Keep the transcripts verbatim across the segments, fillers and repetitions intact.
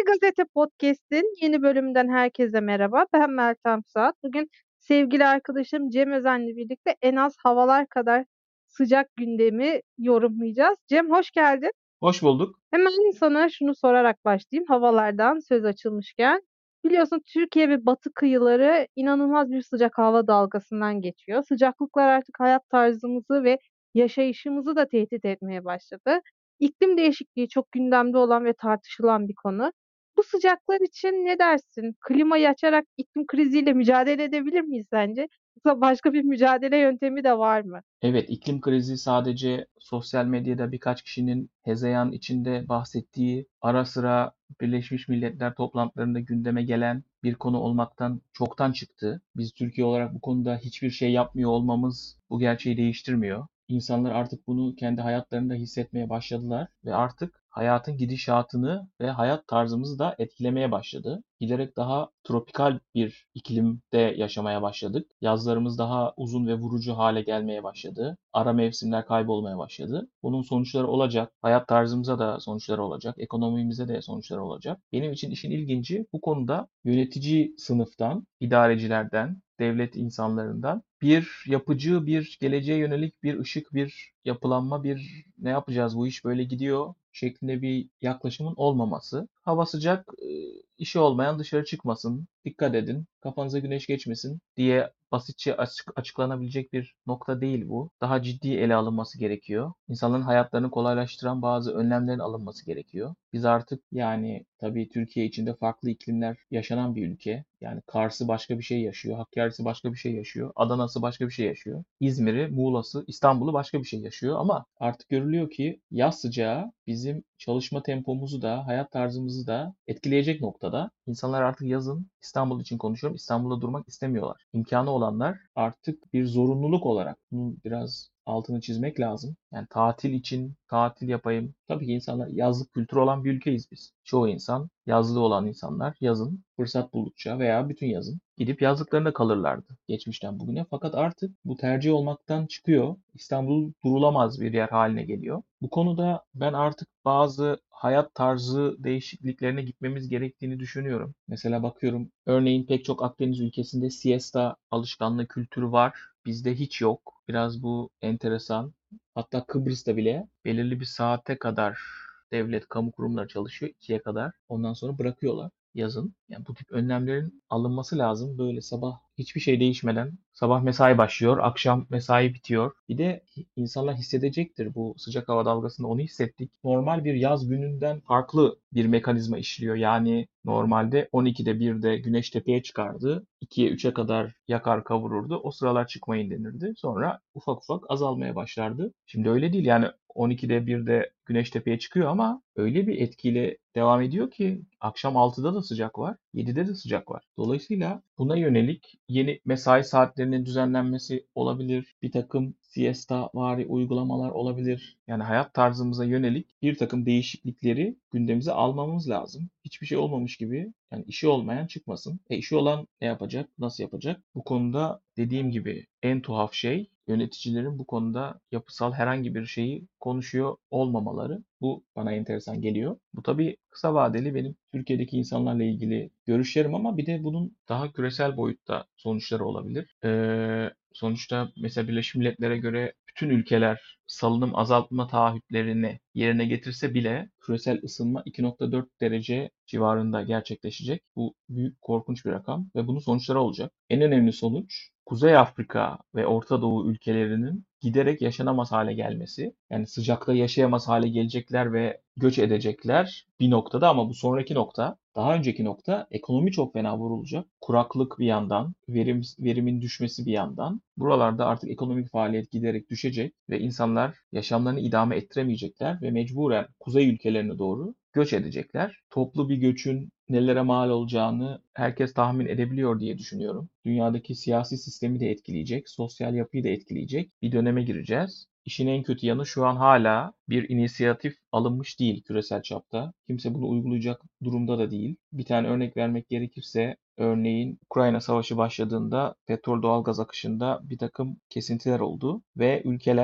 Hadi Gazete Podcast'in yeni bölümünden herkese merhaba. Ben Meltem Suat. Bugün sevgili arkadaşım Cem Özen'le birlikte en az havalar kadar sıcak gündemi yorumlayacağız. Cem hoş geldin. Hoş bulduk. Hemen sana şunu sorarak başlayayım. Havalardan söz açılmışken. Biliyorsun Türkiye ve batı kıyıları inanılmaz bir sıcak hava dalgasından geçiyor. Sıcaklıklar artık hayat tarzımızı ve yaşayışımızı da tehdit etmeye başladı. İklim değişikliği çok gündemde olan ve tartışılan bir konu. Bu sıcaklar için ne dersin? Klimayı açarak iklim kriziyle mücadele edebilir miyiz sence? Yoksa başka bir mücadele yöntemi de var mı? Evet, iklim krizi sadece sosyal medyada birkaç kişinin hezeyan içinde bahsettiği, ara sıra Birleşmiş Milletler toplantılarında gündeme gelen bir konu olmaktan çoktan çıktı. Biz Türkiye olarak bu konuda hiçbir şey yapmıyor olmamız bu gerçeği değiştirmiyor. İnsanlar artık bunu kendi hayatlarında hissetmeye başladılar ve artık hayatın gidişatını ve hayat tarzımızı da etkilemeye başladı. Giderek daha tropikal bir iklimde yaşamaya başladık. Yazlarımız daha uzun ve vurucu hale gelmeye başladı. Ara mevsimler kaybolmaya başladı. Bunun sonuçları olacak. Hayat tarzımıza da sonuçları olacak. Ekonomimize de sonuçları olacak. Benim için işin ilginci bu konuda yönetici sınıftan, idarecilerden, devlet insanlarından bir yapıcı, bir geleceğe yönelik bir ışık, bir yapılanma, bir ne yapacağız bu iş böyle gidiyor şeklinde bir yaklaşımın olmaması. Hava sıcak, e, işi olmayan dışarı çıkmasın, dikkat edin, kafanıza güneş geçmesin diye basitçe açık, açıklanabilecek bir nokta değil bu. Daha ciddi ele alınması gerekiyor. İnsanların hayatlarını kolaylaştıran bazı önlemlerin alınması gerekiyor. Biz artık yani tabii Türkiye içinde farklı iklimler yaşanan bir ülke. Yani Kars'ı başka bir şey yaşıyor, Hakkari'si başka bir şey yaşıyor, Adana'sı başka bir şey yaşıyor. İzmir'i, Muğla'sı, İstanbul'u başka bir şey yaşıyor ama artık görülüyor ki yaz sıcağı bizim çalışma tempomuzu da, hayat tarzımızı da etkileyecek noktada. İnsanlar artık yazın, İstanbul için konuşuyorum, İstanbul'da durmak istemiyorlar. İmkanı olanlar artık bir zorunluluk olarak, bunu biraz altını çizmek lazım. Yani tatil için tatil yapayım. Tabii ki insanlar yazlık kültürü olan bir ülkeyiz biz. Çoğu insan, yazlığı olan insanlar yazın fırsat buldukça veya bütün yazın gidip yazlıklarında kalırlardı geçmişten bugüne. Fakat artık bu tercih olmaktan çıkıyor. İstanbul durulamaz bir yer haline geliyor. Bu konuda ben artık bazı hayat tarzı değişikliklerine gitmemiz gerektiğini düşünüyorum. Mesela bakıyorum, örneğin pek çok Akdeniz ülkesinde siesta alışkanlığı kültürü var. Bizde hiç yok. Biraz bu enteresan. Hatta Kıbrıs'ta bile belirli bir saate kadar devlet, kamu kurumları çalışıyor. ikiye kadar. Ondan sonra bırakıyorlar yazın. Yani bu tip önlemlerin alınması lazım. Böyle sabah hiçbir şey değişmeden sabah mesai başlıyor, akşam mesai bitiyor. Bir de insanlar hissedecektir bu sıcak hava dalgasında, onu hissettik. Normal bir yaz gününden farklı bir mekanizma işliyor. Yani normalde on ikide birde güneş tepeye çıkardı. ikiye üçe kadar yakar kavururdu. O sıralar çıkmayın denirdi. Sonra ufak ufak azalmaya başlardı. Şimdi öyle değil. Yani on ikide birde güneş tepeye çıkıyor ama öyle bir etkiyle devam ediyor ki akşam altıda da sıcak var, yedide de sıcak var. Dolayısıyla buna yönelik yeni mesai saatlerinin düzenlenmesi olabilir. Bir takım siesta vari uygulamalar olabilir. Yani hayat tarzımıza yönelik bir takım değişiklikleri gündemimize almamız lazım. Hiçbir şey olmamış gibi, yani işi olmayan çıkmasın. E işi olan ne yapacak? Nasıl yapacak? Bu konuda dediğim gibi en tuhaf şey yöneticilerin bu konuda yapısal herhangi bir şeyi konuşuyor olmamaları. Bu bana enteresan geliyor. Bu tabii kısa vadeli benim Türkiye'deki insanlarla ilgili görüşlerim ama bir de bunun daha küresel boyutta sonuçları olabilir. Ee, sonuçta mesela Birleşmiş Milletler'e göre bütün ülkeler salınım azaltma taahhütlerini yerine getirse bile küresel ısınma iki nokta dört derece civarında gerçekleşecek. Bu büyük korkunç bir rakam ve bunun sonuçları olacak. En önemli sonuç Kuzey Afrika ve Orta Doğu ülkelerinin giderek yaşanamaz hale gelmesi. Yani sıcakta yaşayamaz hale gelecekler ve göç edecekler bir noktada ama bu sonraki nokta, daha önceki nokta ekonomi çok fena vurulacak. Kuraklık bir yandan, verim, verimin düşmesi bir yandan. Buralarda artık ekonomik faaliyet giderek düşecek ve insanlar yaşamlarını idame ettiremeyecekler ve mecburen kuzey ülkelerine doğru göç edecekler. Toplu bir göçün nelere mal olacağını herkes tahmin edebiliyor diye düşünüyorum. Dünyadaki siyasi sistemi de etkileyecek, sosyal yapıyı da etkileyecek bir döneme gireceğiz. İşin en kötü yanı şu an hala bir inisiyatif alınmış değil küresel çapta. Kimse bunu uygulayacak durumda da değil. Bir tane örnek vermek gerekirse örneğin Ukrayna Savaşı başladığında petrol doğalgaz akışında bir takım kesintiler oldu ve ülkeler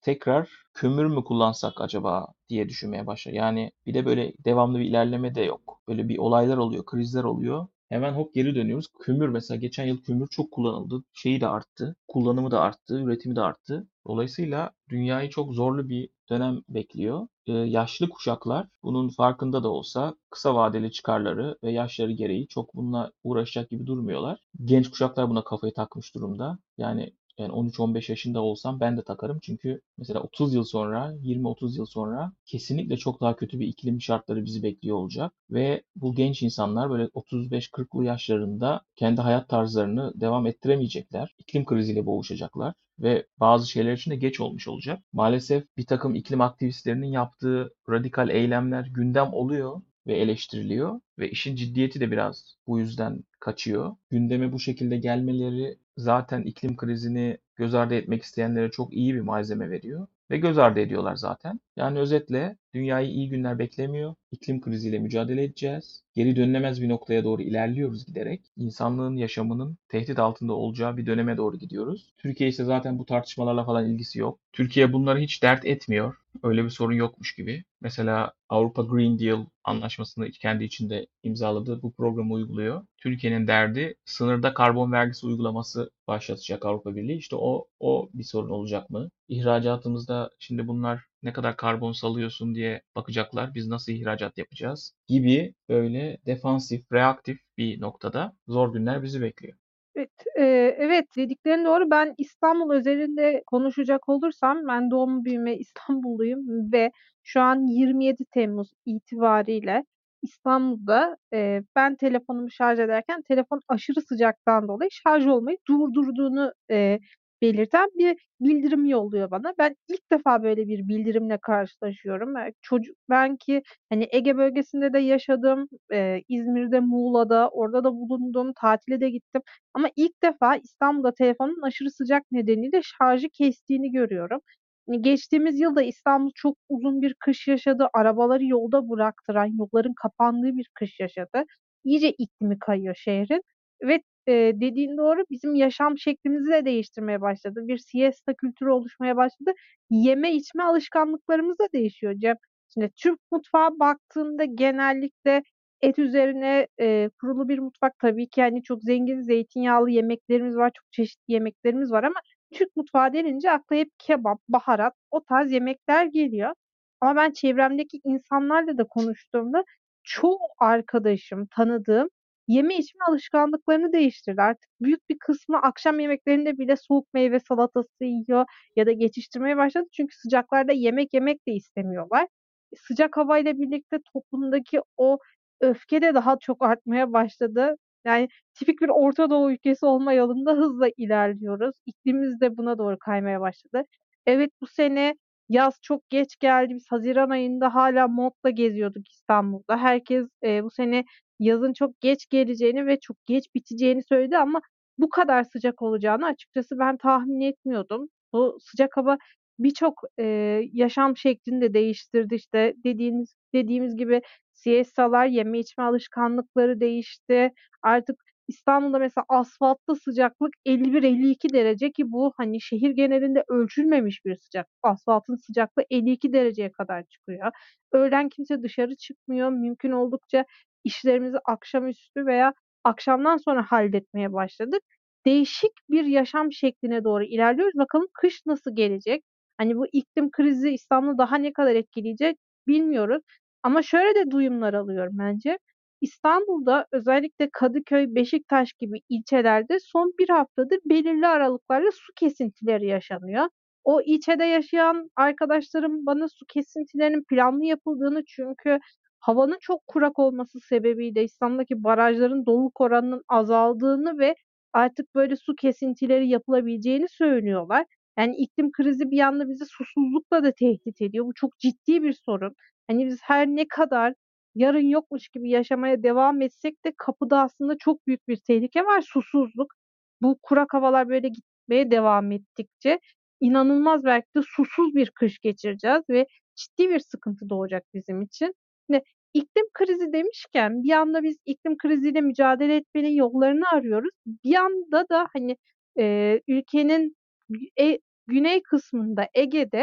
tekrar kömür mü kullansak acaba diye düşünmeye başlar. Yani bir de böyle devamlı bir ilerleme de yok. Böyle bir olaylar oluyor, krizler oluyor. Hemen hop geri dönüyoruz. Kömür mesela geçen yıl kömür çok kullanıldı. Şeyi de arttı. Kullanımı da arttı. Üretimi de arttı. Dolayısıyla dünyayı çok zorlu bir dönem bekliyor. Ee, yaşlı kuşaklar bunun farkında da olsa kısa vadeli çıkarları ve yaşları gereği çok bununla uğraşacak gibi durmuyorlar. Genç kuşaklar buna kafayı takmış durumda. Yani yani on üç on beş yaşında olsam ben de takarım. Çünkü mesela otuz yıl sonra, yirmi otuz yıl sonra kesinlikle çok daha kötü bir iklim şartları bizi bekliyor olacak. Ve bu genç insanlar böyle otuz beş kırklı yaşlarında kendi hayat tarzlarını devam ettiremeyecekler. İklim kriziyle boğuşacaklar ve bazı şeyler için de geç olmuş olacak. Maalesef bir takım iklim aktivistlerinin yaptığı radikal eylemler gündem oluyor ve eleştiriliyor ve işin ciddiyeti de biraz bu yüzden kaçıyor. Gündeme bu şekilde gelmeleri zaten iklim krizini göz ardı etmek isteyenlere çok iyi bir malzeme veriyor ve göz ardı ediyorlar zaten. Yani özetle dünyayı iyi günler beklemiyor. İklim kriziyle mücadele edeceğiz. Geri dönülemez bir noktaya doğru ilerliyoruz giderek. İnsanlığın yaşamının tehdit altında olacağı bir döneme doğru gidiyoruz. Türkiye ise zaten bu tartışmalarla falan ilgisi yok. Türkiye bunları hiç dert etmiyor. Öyle bir sorun yokmuş gibi. Mesela Avrupa Green Deal anlaşmasını kendi içinde imzaladı. Bu programı uyguluyor. Türkiye'nin derdi sınırda karbon vergisi uygulaması başlatacak Avrupa Birliği. İşte o o bir sorun olacak mı? İhracatımızda şimdi bunlar ne kadar karbon salıyorsun diye bakacaklar. Biz nasıl ihracat yapacağız gibi böyle defansif, reaktif bir noktada zor günler bizi bekliyor. Evet, eee, evet dediklerin doğru. Ben İstanbul özelinde konuşacak olursam ben doğma büyüme İstanbulluyum ve şu an yirmi yedi Temmuz itibariyle İstanbul'da eee, ben telefonumu şarj ederken telefon aşırı sıcaktan dolayı şarj olmayı durdurduğunu eee, belirten bir bildirim yolluyor bana. Ben ilk defa böyle bir bildirimle karşılaşıyorum. Eee, çocuk ben ki hani Ege bölgesinde de yaşadım, eee, İzmir'de, Muğla'da, orada da bulundum, tatile de gittim. Ama ilk defa İstanbul'da telefonun aşırı sıcak nedeniyle şarjı kestiğini görüyorum. Hani geçtiğimiz yıl da İstanbul çok uzun bir kış yaşadı. Arabaları yolda bıraktıran, yolların kapandığı bir kış yaşadı. İyice iklimi kayıyor şehrin ve eee, dediğin doğru bizim yaşam şeklimizi de değiştirmeye başladı. Bir siesta kültürü oluşmaya başladı. Yeme içme alışkanlıklarımız da değişiyor Cem. Şimdi Türk mutfağa baktığında genellikle et üzerine, eee, kurulu bir mutfak tabii ki, hani, çok zengin zeytinyağlı yemeklerimiz var, çok çeşitli yemeklerimiz var ama Türk mutfağı denince akla hep kebap, baharat, o tarz yemekler geliyor. Ama ben çevremdeki insanlarla da konuştuğumda çoğu arkadaşım, tanıdığım yeme içme alışkanlıklarını değiştirdi. Artık büyük bir kısmı akşam yemeklerinde bile soğuk meyve salatası yiyor ya da geçiştirmeye başladı. Çünkü sıcaklarda yemek yemek de istemiyorlar. Sıcak havayla birlikte toplumdaki o öfke de daha çok artmaya başladı. Yani tipik bir Orta Doğu ülkesi olma yolunda hızla ilerliyoruz. İklimimiz de buna doğru kaymaya başladı. Evet, bu sene yaz çok geç geldi. Biz haziran ayında hâlâ montla geziyorduk İstanbul'da. Herkes, eee, bu sene yazın çok geç geleceğini ve çok geç biteceğini söyledi ama bu kadar sıcak olacağını açıkçası ben tahmin etmiyordum. Bu sıcak hava birçok, eee, yaşam şeklini de değiştirdi. İşte, dediğiniz dediğimiz gibi siestalar, yeme içme alışkanlıkları değişti. Artık İstanbul'da mesela asfaltta sıcaklık elli bir elli iki derece ki bu, hani, şehir genelinde ölçülmemiş bir sıcaklık. Asfaltın sıcaklığı elli iki dereceye kadar çıkıyor. Öğlen kimse dışarı çıkmıyor. Mümkün oldukça işlerimizi akşamüstü veya akşamdan sonra halletmeye başladık. Değişik bir yaşam şekline doğru ilerliyoruz. Bakalım kış nasıl gelecek? Hani, bu iklim krizi İstanbul'u daha ne kadar etkileyecek bilmiyoruz. Ama şöyle de duyumlar alıyorum bence. İstanbul'da özellikle Kadıköy, Beşiktaş gibi ilçelerde son bir haftadır belirli aralıklarla su kesintileri yaşanıyor. O ilçede yaşayan arkadaşlarım bana su kesintilerinin planlı yapıldığını çünkü havanın çok kurak olması sebebiyle İstanbul'daki barajların doluluk oranının azaldığını ve artık böyle su kesintileri yapılabileceğini söylüyorlar. Yani iklim krizi bir yanda bizi susuzlukla da tehdit ediyor. Bu çok ciddi bir sorun. Hani biz her ne kadar yarın yokmuş gibi yaşamaya devam etsek de kapıda aslında çok büyük bir tehlike var, susuzluk. Bu kurak havalar böyle gitmeye devam ettikçe inanılmaz belki de susuz bir kış geçireceğiz ve ciddi bir sıkıntı doğacak bizim için. Şimdi iklim krizi demişken bir yanda biz iklim kriziyle mücadele etmenin yollarını arıyoruz. Bir yanda da, hani, eee, ülkenin gü e güney kısmında Ege'de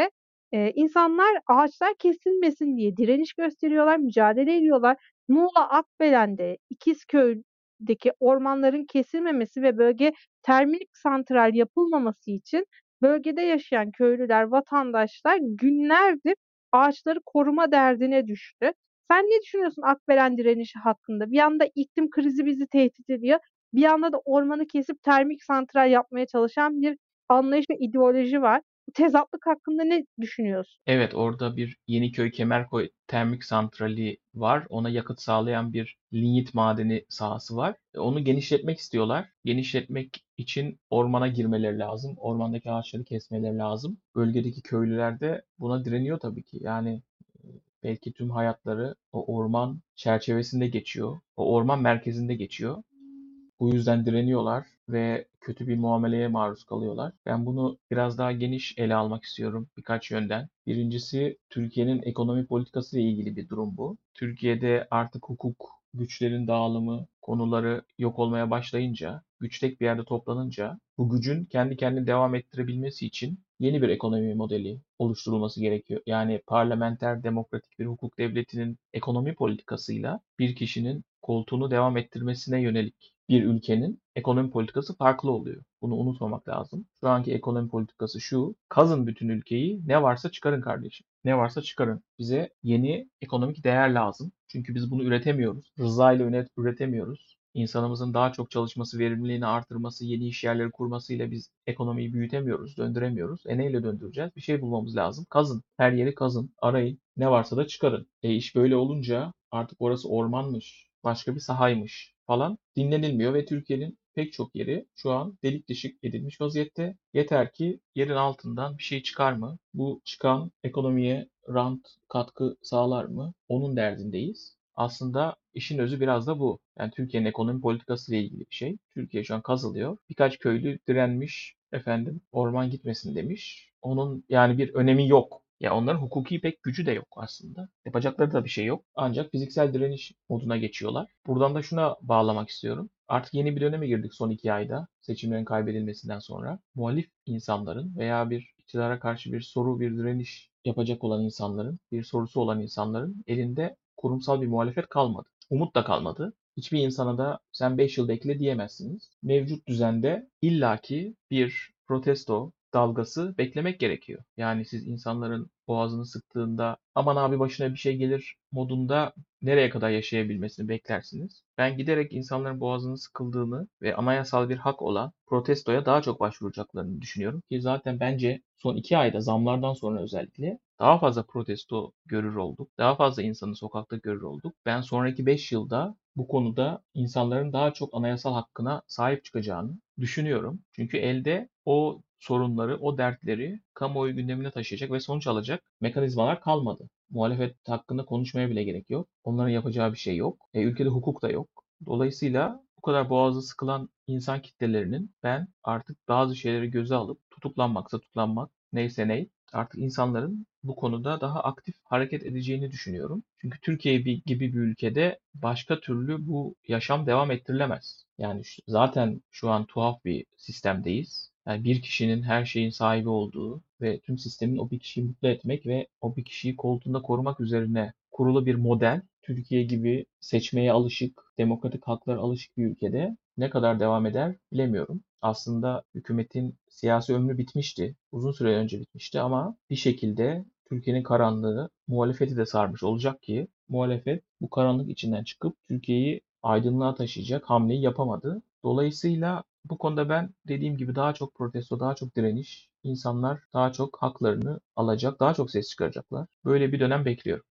Eee, insanlar ağaçlar kesilmesin diye direniş gösteriyorlar, mücadele ediyorlar. Muğla Akbelen'de, İkizköy'deki ormanların kesilmemesi ve bölge termik santral yapılmaması için bölgede yaşayan köylüler, vatandaşlar günlerdir ağaçları koruma derdine düştü. Sen ne düşünüyorsun Akbelen direnişi hakkında? Bir yanda iklim krizi bizi tehdit ediyor, bir yanda da ormanı kesip termik santral yapmaya çalışan bir anlayış ve ideoloji var. Bu tezatlık hakkında ne düşünüyorsun? Evet, orada bir Yeniköy Kemerkoy termik santrali var. Ona yakıt sağlayan bir linyit madeni sahası var. E, Onu genişletmek istiyorlar. Genişletmek için ormana girmeleri lazım. Ormandaki ağaçları kesmeleri lazım. Bölgedeki köylüler de buna direniyor tabii ki. Yani e, belki tüm hayatları o orman çerçevesinde geçiyor. O orman merkezinde geçiyor. Bu yüzden direniyorlar ve kötü bir muameleye maruz kalıyorlar. Ben bunu biraz daha geniş ele almak istiyorum birkaç yönden. Birincisi Türkiye'nin ekonomi politikası ile ilgili bir durum bu. Türkiye'de artık hukuk, güçlerin dağılımı konuları yok olmaya başlayınca, güç tek bir yerde toplanınca bu gücün kendi kendini devam ettirebilmesi için yeni bir ekonomi modeli oluşturulması gerekiyor. Yani parlamenter demokratik bir hukuk devletinin ekonomi politikasıyla bir kişinin koltuğunu devam ettirmesine yönelik bir ülkenin ekonomi politikası farklı oluyor. Bunu unutmamak lazım. Şu anki ekonomi politikası şu: kazın bütün ülkeyi, ne varsa çıkarın kardeşim. Ne varsa çıkarın. Bize yeni ekonomik değer lazım. Çünkü biz bunu üretemiyoruz. Rıza ile üret- üretemiyoruz. İnsanımızın daha çok çalışması, verimliliğini artırması, yeni iş yerleri kurmasıyla biz ekonomiyi büyütemiyoruz, döndüremiyoruz. E neyle döndüreceğiz? Bir şey bulmamız lazım. Kazın. Her yeri kazın, arayın. Ne varsa da çıkarın. E iş böyle olunca artık orası ormanmış, başka bir sahaymış falan dinlenilmiyor ve Türkiye'nin pek çok yeri şu an delik deşik edilmiş vaziyette. Yeter ki yerin altından bir şey çıkar mı? Bu çıkan ekonomiye rant katkı sağlar mı? Onun derdindeyiz. Aslında işin özü biraz da bu. Yani Türkiye'nin ekonomi politikası ile ilgili bir şey. Türkiye şu an kazılıyor. Birkaç köylü direnmiş, efendim orman gitmesin demiş. Onun yani bir önemi yok. Ya onların hukuki pek gücü de yok aslında. Yapacakları da bir şey yok. Ancak fiziksel direniş moduna geçiyorlar. Buradan da şuna bağlamak istiyorum. Artık yeni bir döneme girdik son iki ayda seçimlerin kaybedilmesinden sonra. Muhalif insanların veya bir iktidara karşı bir soru, bir direniş yapacak olan insanların, bir sorusu olan insanların elinde kurumsal bir muhalefet kalmadı. Umut da kalmadı. Hiçbir insana da sen beş yıl bekle diyemezsiniz. Mevcut düzende illaki bir protesto dalgası beklemek gerekiyor. Yani siz insanların boğazını sıktığında aman abi başına bir şey gelir modunda nereye kadar yaşayabilmesini beklersiniz? Ben giderek insanların boğazının sıkıldığını ve anayasal bir hak olan protestoya daha çok başvuracaklarını düşünüyorum ki zaten bence son iki ayda zamlardan sonra özellikle daha fazla protesto görür olduk. Daha fazla insanı sokakta görür olduk. Ben sonraki beş yılda bu konuda insanların daha çok anayasal hakkına sahip çıkacağını düşünüyorum. Çünkü elde o sorunları, o dertleri kamuoyu gündemine taşıyacak ve sonuç alacak mekanizmalar kalmadı. Muhalefet hakkında konuşmaya bile gerek yok. Onların yapacağı bir şey yok. E, ülkede hukuk da yok. Dolayısıyla bu kadar boğazı sıkılan insan kitlelerinin ben artık bazı şeyleri göze alıp tutuklanmaksa tutuklanmak, neyse ney, artık insanların bu konuda daha aktif hareket edeceğini düşünüyorum. Çünkü Türkiye gibi bir ülkede başka türlü bu yaşam devam ettirilemez. Yani şu- zaten şu an tuhaf bir sistemdeyiz. Yani bir kişinin her şeyin sahibi olduğu ve tüm sistemin o bir kişiyi mutlu etmek ve o bir kişiyi koltuğunda korumak üzerine kurulu bir model, Türkiye gibi seçmeye alışık, demokratik haklara alışık bir ülkede ne kadar devam eder bilemiyorum. Aslında hükümetin siyasi ömrü bitmişti. Uzun süre önce bitmişti ama bir şekilde Türkiye'nin karanlığı muhalefeti de sarmış olacak ki muhalefet bu karanlık içinden çıkıp Türkiye'yi aydınlığa taşıyacak hamleyi yapamadı. Dolayısıyla bu konuda ben dediğim gibi daha çok protesto, daha çok direniş, insanlar daha çok haklarını alacak, daha çok ses çıkaracaklar. Böyle bir dönem bekliyorum.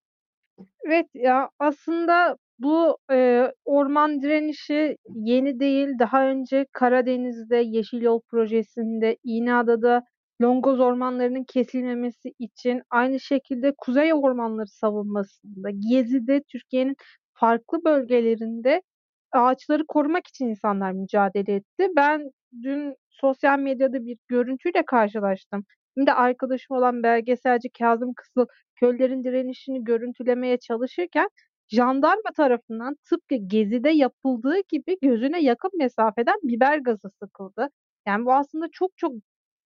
Evet ya aslında bu e, orman direnişi yeni değil. Daha önce Karadeniz'de Yeşil Yol projesinde, İğneada'da Longoz ormanlarının kesilmemesi için, aynı şekilde Kuzey ormanları savunmasında, Gezi'de Türkiye'nin farklı bölgelerinde ağaçları korumak için insanlar mücadele etti. Ben dün sosyal medyada bir görüntüyle karşılaştım. Şimdi arkadaşım olan belgeselci Kazım Kısıl köllerin direnişini görüntülemeye çalışırken jandarma tarafından tıpkı Gezi'de yapıldığı gibi gözüne yakın mesafeden biber gazı sıkıldı. Yani bu aslında çok çok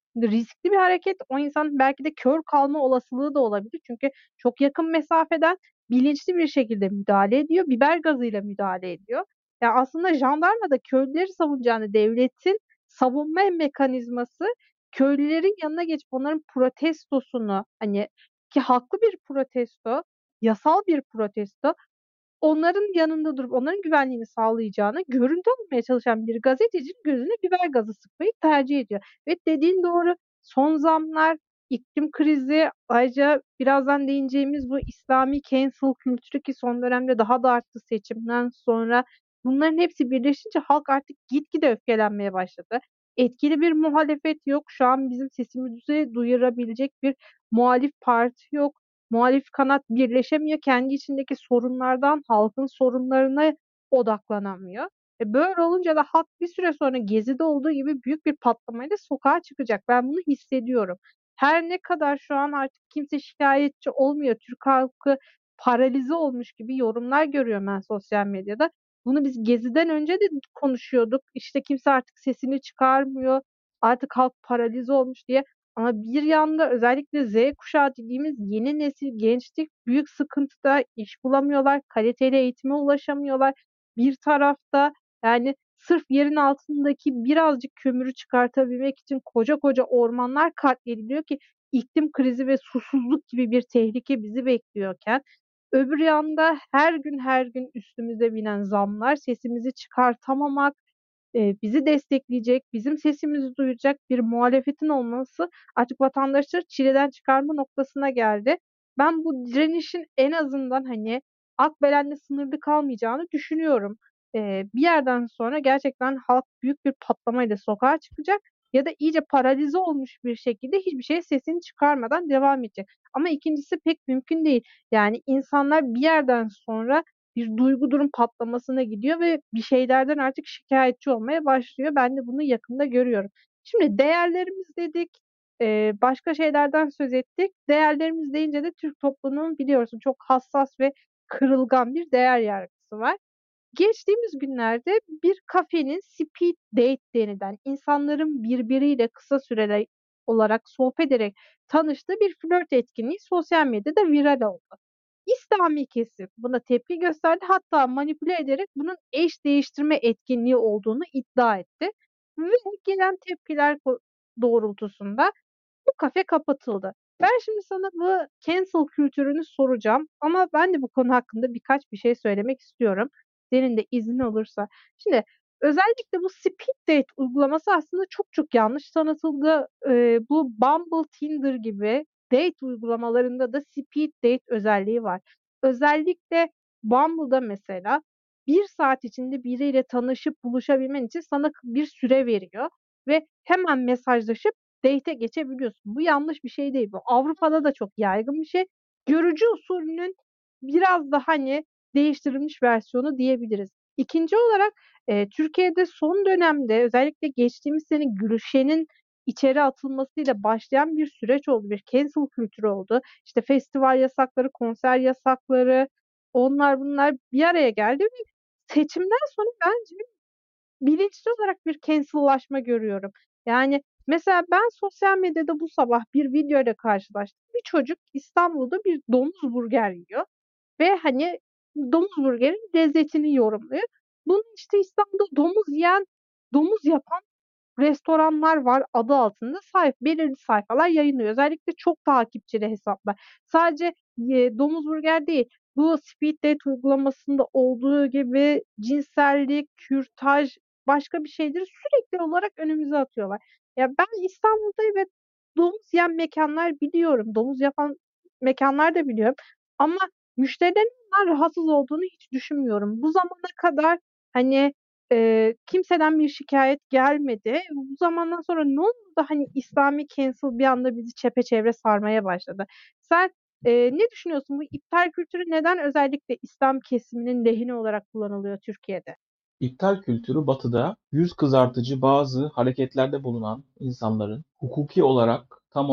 riskli bir hareket. O insanın belki de kör kalma olasılığı da olabilir. Çünkü çok yakın mesafeden bilinçli bir şekilde müdahale ediyor. Biber gazıyla müdahale ediyor. Ya aslında jandarma da köylüleri savunacağını, devletin savunma mekanizması köylülerin yanına geçip onların protestosunu, hani ki haklı bir protesto, yasal bir protesto, onların yanında durup onların güvenliğini sağlayacağına görüntü almaya çalışan bir gazetecinin gözüne biber gazı sıkmayı tercih ediyor. Ve dediğin doğru, son zamlar, iklim krizi, ayrıca birazdan değineceğimiz bu İslami cancel kültürü ki son dönemde daha da arttı seçimden sonra. Bunların hepsi birleşince halk artık gitgide öfkelenmeye başladı. Etkili bir muhalefet yok. Şu an bizim sesimizi duyurabilecek bir muhalif parti yok. Muhalif kanat birleşemiyor. Kendi içindeki sorunlardan halkın sorunlarına odaklanamıyor. E böyle olunca da halk bir süre sonra Gezi'de olduğu gibi büyük bir patlamayla sokağa çıkacak. Ben bunu hissediyorum. Her ne kadar şu an artık kimse şikayetçi olmuyor. Türk halkı paralize olmuş gibi yorumlar görüyorum ben sosyal medyada. Bunu biz Gezi'den önce de konuşuyorduk. İşte kimse artık sesini çıkarmıyor. Artık halk paralize olmuş diye. Ama bir yanda özellikle Z kuşağı dediğimiz yeni nesil gençlik büyük sıkıntıda, iş bulamıyorlar, kaliteli eğitime ulaşamıyorlar. Bir tarafta yani sırf yerin altındaki birazcık kömürü çıkartabilmek için koca koca ormanlar katlediliyor ki iklim krizi ve susuzluk gibi bir tehlike bizi bekliyorken öbür yanda her gün her gün üstümüze binen zamlar, sesimizi çıkartamamak, e, bizi destekleyecek, bizim sesimizi duyacak bir muhalefetin olması artık vatandaşları çileden çıkarma noktasına geldi. Ben bu direnişin en azından hani Akbelen'le sınırlı kalmayacağını düşünüyorum. E, bir yerden sonra gerçekten halk büyük bir patlamayla sokağa çıkacak ya da iyice paralize olmuş bir şekilde hiçbir şey sesini çıkarmadan devam edecek. Ama ikincisi pek mümkün değil. Yani insanlar bir yerden sonra bir duygu durum patlamasına gidiyor ve bir şeylerden artık şikayetçi olmaya başlıyor. Ben de bunu yakında görüyorum. Şimdi değerlerimiz dedik, e, başka şeylerden söz ettik. Değerlerimiz deyince de Türk toplumunun biliyorsun çok hassas ve kırılgan bir değer yargısı var. Geçtiğimiz günlerde bir kafenin speed date denilen insanların birbiriyle kısa süreli olarak sohbet ederek tanıştığı bir flört etkinliği sosyal medyada viral oldu. İslami kesim buna tepki gösterdi. Hatta manipüle ederek bunun eş değiştirme etkinliği olduğunu iddia etti. Ve gelen tepkiler doğrultusunda bu kafe kapatıldı. Ben şimdi sana bu cancel kültürünü soracağım ama ben de bu konu hakkında birkaç bir şey söylemek istiyorum. Senin de iznin olursa. Şimdi özellikle bu speed date uygulaması aslında çok çok yanlış tanıtıldı. Ee, bu Bumble, Tinder gibi date uygulamalarında da speed date özelliği var. Özellikle Bumble'da mesela bir saat içinde biriyle tanışıp buluşabilmen için sana bir süre veriyor ve hemen mesajlaşıp date'e geçebiliyorsun. Bu yanlış bir şey değil. Bu Avrupa'da da çok yaygın bir şey. Görücü usulünün biraz da hani değiştirilmiş versiyonu diyebiliriz. İkinci olarak e, Türkiye'de son dönemde özellikle geçtiğimiz sene Gülşen'in içeri atılmasıyla başlayan bir süreç oldu. Bir cancel kültürü oldu. İşte festival yasakları, konser yasakları, onlar bunlar bir araya geldi ve seçimden sonra bence bilinçli olarak bir cancel'laşma görüyorum. Yani mesela ben sosyal medyada bu sabah bir video ile karşılaştım. Bir çocuk İstanbul'da bir domuz burger yiyor ve hani domuz burgerin lezzetini yorumluyor. Bunun işte İstanbul'da domuz yiyen, domuz yapan restoranlar var adı altında sayf belirli sayfalar yayınlıyor. Özellikle çok takipçili hesaplar. Sadece e, domuz burger değil. Bu speed date uygulamasında olduğu gibi cinsellik, kürtaj, başka bir şeyleri sürekli olarak önümüze atıyorlar. Ya ben İstanbul'da evet domuz yiyen mekanlar biliyorum. Domuz yapan mekanlar da biliyorum. Ama müşterilerin bundan rahatsız olduğunu hiç düşünmüyorum. Bu zamana kadar hani Eee, kimseden bir şikayet gelmedi. Bu zamandan sonra ne oldu da hani İslami cancel bir anda bizi çepeçevre sarmaya başladı. Sen eee, ne düşünüyorsun? Bu iptal kültürü neden özellikle İslam kesiminin lehine olarak kullanılıyor Türkiye'de? İptal kültürü Batı'da yüz kızartıcı bazı hareketlerde bulunan insanların hukuki olarak tam olarak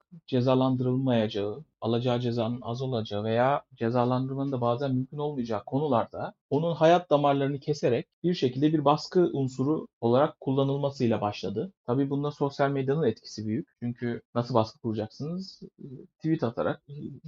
cezalandırılmayacağı, alacağı cezanın az olacağı veya cezalandırmanın da bazen mümkün olmayacağı konularda onun hayat damarlarını keserek bir şekilde bir baskı unsuru olarak kullanılmasıyla başladı. Tabii bunda sosyal medyanın etkisi büyük. Çünkü nasıl baskı kuracaksınız? Tweet atarak,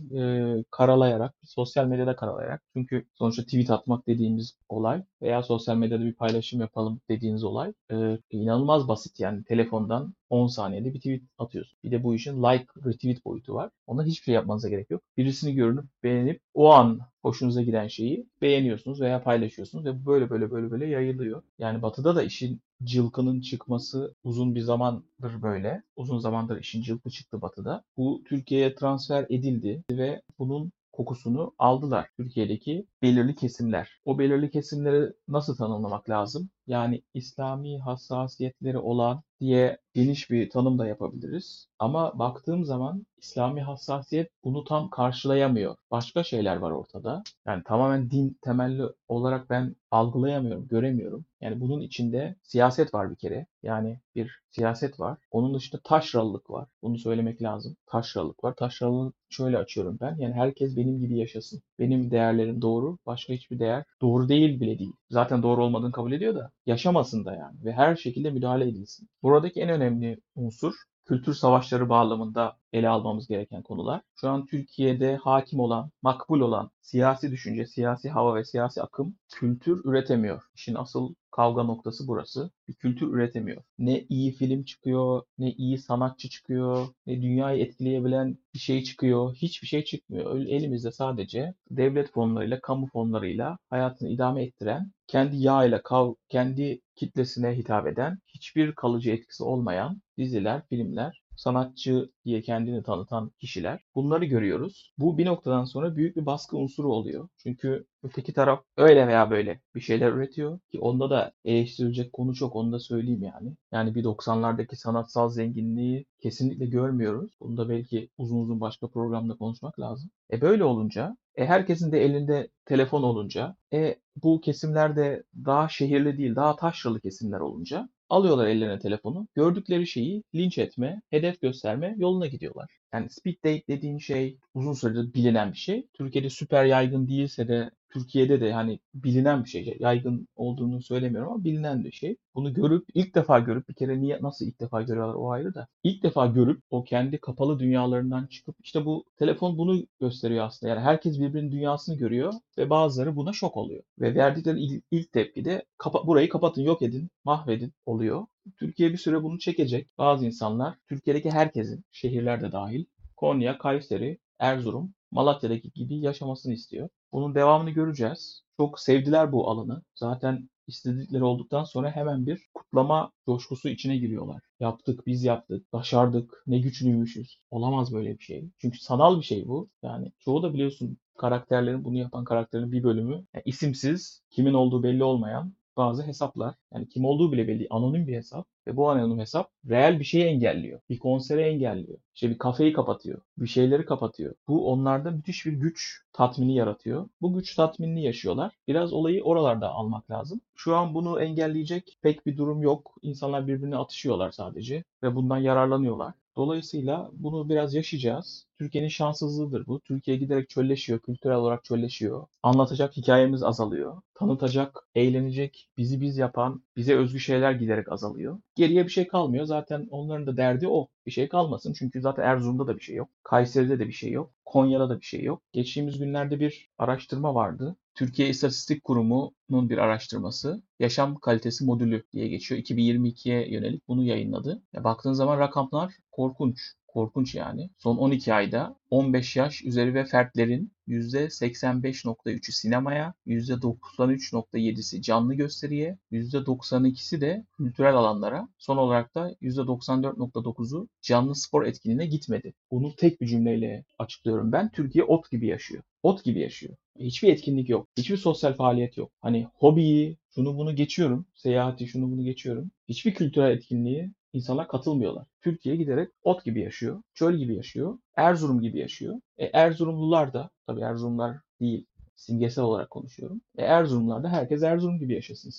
e, karalayarak, sosyal medyada karalayarak. Çünkü sonuçta tweet atmak dediğimiz olay veya sosyal medyada bir paylaşım yapalım dediğiniz olay e, inanılmaz basit yani. Telefondan on saniyede bir tweet atıyorsun. Bir de bu işin like, retweet boyutu var. Ona hiçbir şey yapmanıza gerek yok. Birisini görünüp beğenip o an hoşunuza giden şeyi beğeniyorsunuz veya paylaşıyorsunuz ve bu böyle böyle böyle böyle yayılıyor. Yani Batı'da da işin cılkının çıkması uzun bir zamandır böyle. Uzun zamandır işin cılkı çıktı Batı'da. Bu Türkiye'ye transfer edildi ve bunun kokusunu aldılar Türkiye'deki belirli kesimler. O belirli kesimleri nasıl tanımlamak lazım? Yani İslami hassasiyetleri olan diye geniş bir tanım da yapabiliriz. Ama baktığım zaman İslami hassasiyet bunu tam karşılayamıyor. Başka şeyler var ortada. Yani tamamen din temelli olarak ben algılayamıyorum, göremiyorum. Yani bunun içinde siyaset var bir kere. Yani bir siyaset var. Onun dışında taşralılık var. Bunu söylemek lazım. Taşralılık var. Taşralılığı şöyle açıyorum ben. Yani herkes benim gibi yaşasın. Benim değerlerim doğru. Başka hiçbir değer doğru değil bile değil. Zaten doğru olmadığını kabul ediyor da yaşamasın da yani. Ve her şekilde müdahale edilsin. Buradaki en önemli unsur kültür savaşları bağlamında ele almamız gereken konular. Şu an Türkiye'de hakim olan, makbul olan siyasi düşünce, siyasi hava ve siyasi akım kültür üretemiyor. İşin asıl kavga noktası burası. Bir kültür üretemiyor. Ne iyi film çıkıyor, ne iyi sanatçı çıkıyor, ne dünyayı etkileyebilen bir şey çıkıyor. Hiçbir şey çıkmıyor. Elimizde sadece devlet fonlarıyla, kamu fonlarıyla hayatını idame ettiren, kendi yağıyla, kav kendi kitlesine hitap eden, hiçbir kalıcı etkisi olmayan diziler, filmler, sanatçı diye kendini tanıtan kişiler. Bunları görüyoruz. Bu bir noktadan sonra büyük bir baskı unsuru oluyor. Çünkü öteki taraf öyle veya böyle bir şeyler üretiyor ki onda da eleştirilecek konu çok, onu da söyleyeyim yani. Yani bir doksanlardaki sanatsal zenginliği kesinlikle görmüyoruz. Bunu da belki uzun uzun başka programda konuşmak lazım. E böyle olunca, e herkesin de elinde telefon olunca, e bu kesimlerde daha şehirli değil, daha taşralı kesimler olunca alıyorlar ellerine telefonu. Gördükleri şeyi linç etme, hedef gösterme yoluna gidiyorlar. Yani speed date dediğin şey uzun süredir bilinen bir şey. Türkiye'de süper yaygın değilse de Türkiye'de de hani bilinen bir şey. Yaygın olduğunu söylemiyorum ama bilinen bir şey. Bunu görüp ilk defa görüp bir kere niye nasıl ilk defa görüyorlar o ayrı da. İlk defa görüp o kendi kapalı dünyalarından çıkıp işte bu telefon bunu gösteriyor aslında. Yani herkes birbirinin dünyasını görüyor ve bazıları buna şok oluyor. Ve verdikleri ilk, ilk tepki de kapa burayı kapatın, yok edin, mahvedin oluyor. Türkiye bir süre bunu çekecek. Bazı insanlar, Türkiye'deki herkesin, şehirler de dahil, Konya, Kayseri, Erzurum, Malatya'daki gibi yaşamasını istiyor. Bunun devamını göreceğiz. Çok sevdiler bu alanı. Zaten istedikleri olduktan sonra hemen bir kutlama coşkusu içine giriyorlar. Yaptık, biz yaptık, başardık, ne güçlüymüşüz. Olamaz böyle bir şey. Çünkü sanal bir şey bu. Yani çoğu da biliyorsun karakterlerin, bunu yapan karakterin bir bölümü yani isimsiz, kimin olduğu belli olmayan bazı hesaplar. Yani kim olduğu bile belli değil. Anonim bir hesap. Ve bu anonim hesap reel bir şeyi engelliyor. Bir konseri engelliyor. İşte bir kafeyi kapatıyor. Bir şeyleri kapatıyor. Bu onlarda müthiş bir güç tatmini yaratıyor. Bu güç tatminini yaşıyorlar. Biraz olayı oralarda almak lazım. Şu an bunu engelleyecek pek bir durum yok. İnsanlar birbirine atışıyorlar sadece ve bundan yararlanıyorlar. Dolayısıyla bunu biraz yaşayacağız. Türkiye'nin şanssızlığıdır bu. Türkiye giderek çölleşiyor, kültürel olarak çölleşiyor. Anlatacak hikayemiz azalıyor. Tanıtacak, eğlenecek, bizi biz yapan, bize özgü şeyler giderek azalıyor. Geriye bir şey kalmıyor. Zaten onların da derdi o. Bir şey kalmasın. Çünkü zaten Erzurum'da da bir şey yok. Kayseri'de de bir şey yok. Konya'da da bir şey yok. Geçtiğimiz günlerde bir araştırma vardı. Türkiye İstatistik Kurumu'nun bir araştırması. Yaşam kalitesi modülü diye geçiyor. iki bin yirmi ikiye yönelik bunu yayınladı. Ya baktığın zaman rakamlar korkunç. Korkunç yani. Son on iki ayda on beş yaş üzeri ve fertlerin yüzde seksen beş nokta üçü sinemaya, yüzde doksan üç nokta yedisi canlı gösteriye, yüzde doksan ikisi de kültürel alanlara, son olarak da yüzde doksan dört nokta dokuzu canlı spor etkinliğine gitmedi. Bunu tek bir cümleyle açıklıyorum ben. Türkiye ot gibi yaşıyor. Ot gibi yaşıyor. Hiçbir etkinlik yok. Hiçbir sosyal faaliyet yok. Hani hobiyi, şunu bunu geçiyorum. Seyahati, şunu bunu geçiyorum. Hiçbir kültürel etkinliğe insanlar katılmıyorlar. Türkiye giderek ot gibi yaşıyor. Çöl gibi yaşıyor. Erzurum gibi yaşıyor. E, Erzurumlular da, tabii Erzurumlar değil, simgesel olarak konuşuyorum. E, Erzurumlar da herkes Erzurum gibi yaşasın istiyor.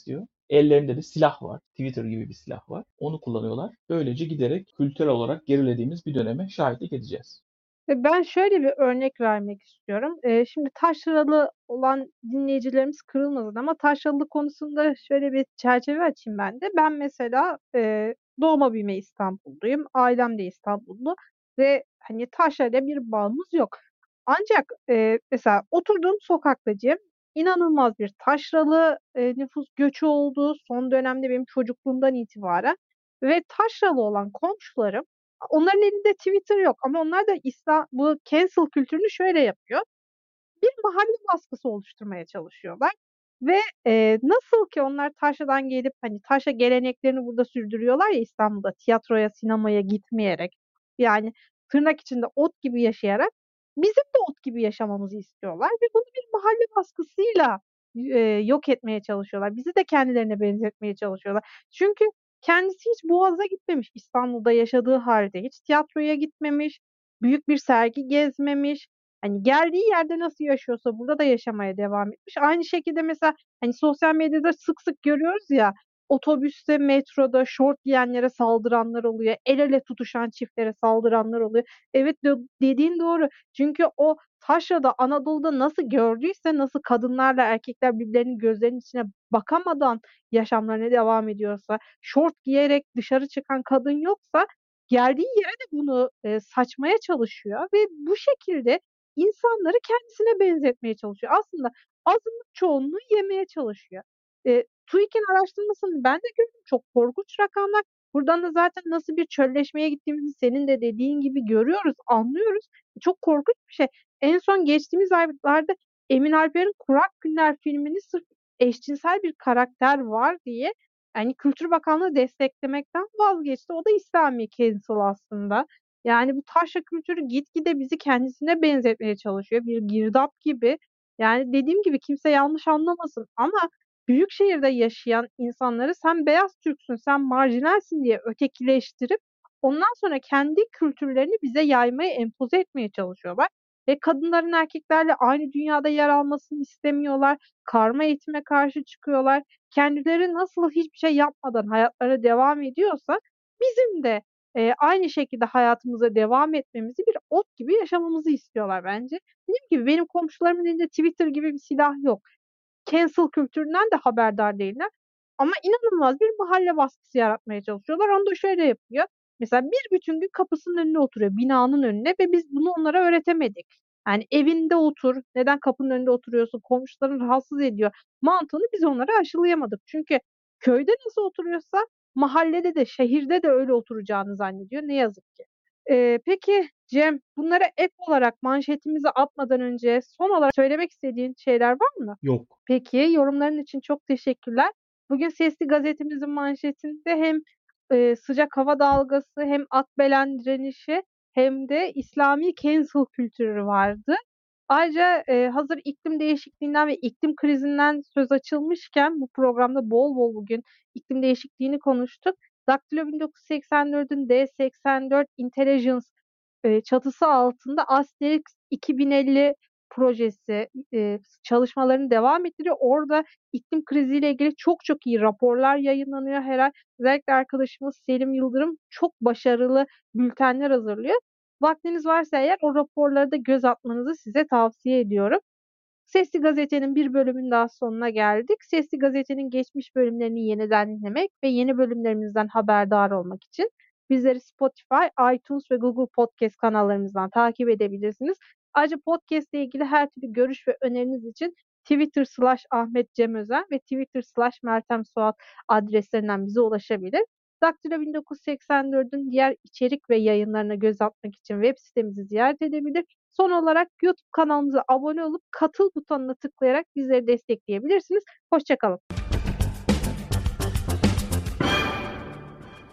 Ellerinde de silah var. Twitter gibi bir silah var. Onu kullanıyorlar. Böylece giderek kültürel olarak gerilediğimiz bir döneme şahitlik edeceğiz. Ve ben şöyle bir örnek vermek istiyorum. Eee, şimdi taşralı olan dinleyicilerimiz kırılmasın ama taşralı konusunda şöyle bir çerçeve açayım ben de. Ben mesela, eee, doğma büyüme İstanbulluyum. Ailem de İstanbullu ve, hani, taşrayla bir bağımız yok. Ancak, eee, mesela oturduğum sokaktacığım, inanılmaz bir taşralı, eee, nüfus göçü oldu son dönemde benim çocukluğumdan itibaren ve taşralı olan komşularım, onların elinde Twitter yok ama onlar da İsla bu cancel kültürünü şöyle yapıyor. Bir mahalle baskısı oluşturmaya çalışıyorlar ve, eee, nasıl ki onlar Taşra'dan gelip, hani, Taşra geleneklerini burada sürdürüyorlar ya İstanbul'da tiyatroya, sinemaya gitmeyerek, yani tırnak içinde ot gibi yaşayarak bizim de ot gibi yaşamamızı istiyorlar ve bunu bir mahalle baskısıyla, eee, yok etmeye çalışıyorlar. Bizi de kendilerine benzetmeye çalışıyorlar. Çünkü kendisi hiç Boğaz'a gitmemiş İstanbul'da yaşadığı hâlde, hiç tiyatroya gitmemiş, büyük bir sergi gezmemiş. Hani, geldiği yerde nasıl yaşıyorsa burada da yaşamaya devam etmiş. Aynı şekilde mesela, hani, sosyal medyada sık sık görüyoruz ya, otobüste, metroda şort giyenlere saldıranlar oluyor, el ele tutuşan çiftlere saldıranlar oluyor. Evet, do dediğin doğru. Çünkü o taşrada, Anadolu'da nasıl gördüyse, nasıl kadınlarla erkekler birbirlerinin gözlerinin içine bakamadan yaşamlarına devam ediyorsa, şort giyerek dışarı çıkan kadın yoksa geldiği yere de bunu, eee, saçmaya çalışıyor ve bu şekilde İnsanları kendisine benzetmeye çalışıyor. Aslında azınlık çoğunluğu yemeye çalışıyor. Eee, TÜİK'in araştırmasını ben de gördüm. Çok korkunç rakamlar. Buradan da zaten nasıl bir çölleşmeye gittiğimizi senin de dediğin gibi görüyoruz, anlıyoruz. Çok korkunç bir şey. En son geçtiğimiz aylarda Emin Alper'in Kurak Günler filmini sırf eşcinsel bir karakter var diye, yani, Kültür Bakanlığı desteklemekten vazgeçti. O da İslami cancel aslında. Yani, bu taşra kültürü gitgide bizi kendisine benzetmeye çalışıyor. Bir girdap gibi. Yani, dediğim gibi kimse yanlış anlamasın ama büyük şehirde yaşayan insanları sen beyaz Türksün, sen marjinalsin diye ötekileştirip ondan sonra kendi kültürlerini bize yaymaya, empoze etmeye çalışıyorlar ve kadınların erkeklerle aynı dünyada yer almasını istemiyorlar. Karma eğitime karşı çıkıyorlar. Kendileri nasıl hiçbir şey yapmadan hayatlarına devam ediyorsa bizim de Eee, aynı şekilde hayatımıza devam etmemizi, bir ot gibi yaşamamızı istiyorlar bence. Dediğim gibi benim komşularımın elinde Twitter gibi bir silah yok. Cancel kültüründen de haberdar değiller ama inanılmaz bir mahalle baskısı yaratmaya çalışıyorlar. Onu da şöyle yapıyor. Mesela bir bütün gün kapısının önüne oturuyor, binanın önüne ve biz bunu onlara öğretemedik. Yani evinde otur, neden kapının önünde oturuyorsun, komşuların rahatsız ediyor mantığını biz onlara aşılayamadık. Çünkü köyde nasıl oturuyorsa mahallede de şehirde de öyle oturacağını zannediyor ne yazık ki. Eee, peki Cem, bunlara ek olarak manşetimizi atmadan önce son olarak söylemek istediğin şeyler var mı? Yok. Peki, yorumların için çok teşekkürler. Bugün Sesli Gazetemizin manşetinde hem, eee, sıcak hava dalgası hem Akbelen direnişi hem de İslami cancel kültürü vardı. Ayrıca, eee, hazır iklim değişikliğinden ve iklim krizinden söz açılmışken bu programda bol bol bugün iklim değişikliğini konuştuk. Daktilo bin dokuz yüz seksen dördün D seksen dört Intelligence Eee, çatısı altında Asterix iki bin elli projesi, eee, çalışmalarını devam ettiriyor. Orada iklim kriziyle ilgili çok çok iyi raporlar yayınlanıyor her ay. Özellikle arkadaşımız Selim Yıldırım çok başarılı bültenler hazırlıyor. Vaktiniz varsa eğer o raporlara da göz atmanızı size tavsiye ediyorum. Sesli Gazete'nin bir bölümünün daha sonuna geldik. Sesli Gazete'nin geçmiş bölümlerini yeniden dinlemek ve yeni bölümlerimizden haberdar olmak için bizleri Spotify, iTunes ve Google Podcast kanallarımızdan takip edebilirsiniz. Ayrıca podcast ile ilgili her türlü görüş ve öneriniz için Twitter slash Ahmet Cem Özen ve Twitter slash Meltem Suat adreslerinden bize ulaşabilir. Daktilo bin dokuz yüz seksen dördün diğer içerik ve yayınlarına göz atmak için web sitemizi ziyaret edebilir. Son olarak YouTube kanalımıza abone olup katıl butonuna tıklayarak bizleri destekleyebilirsiniz. Hoşça kalın.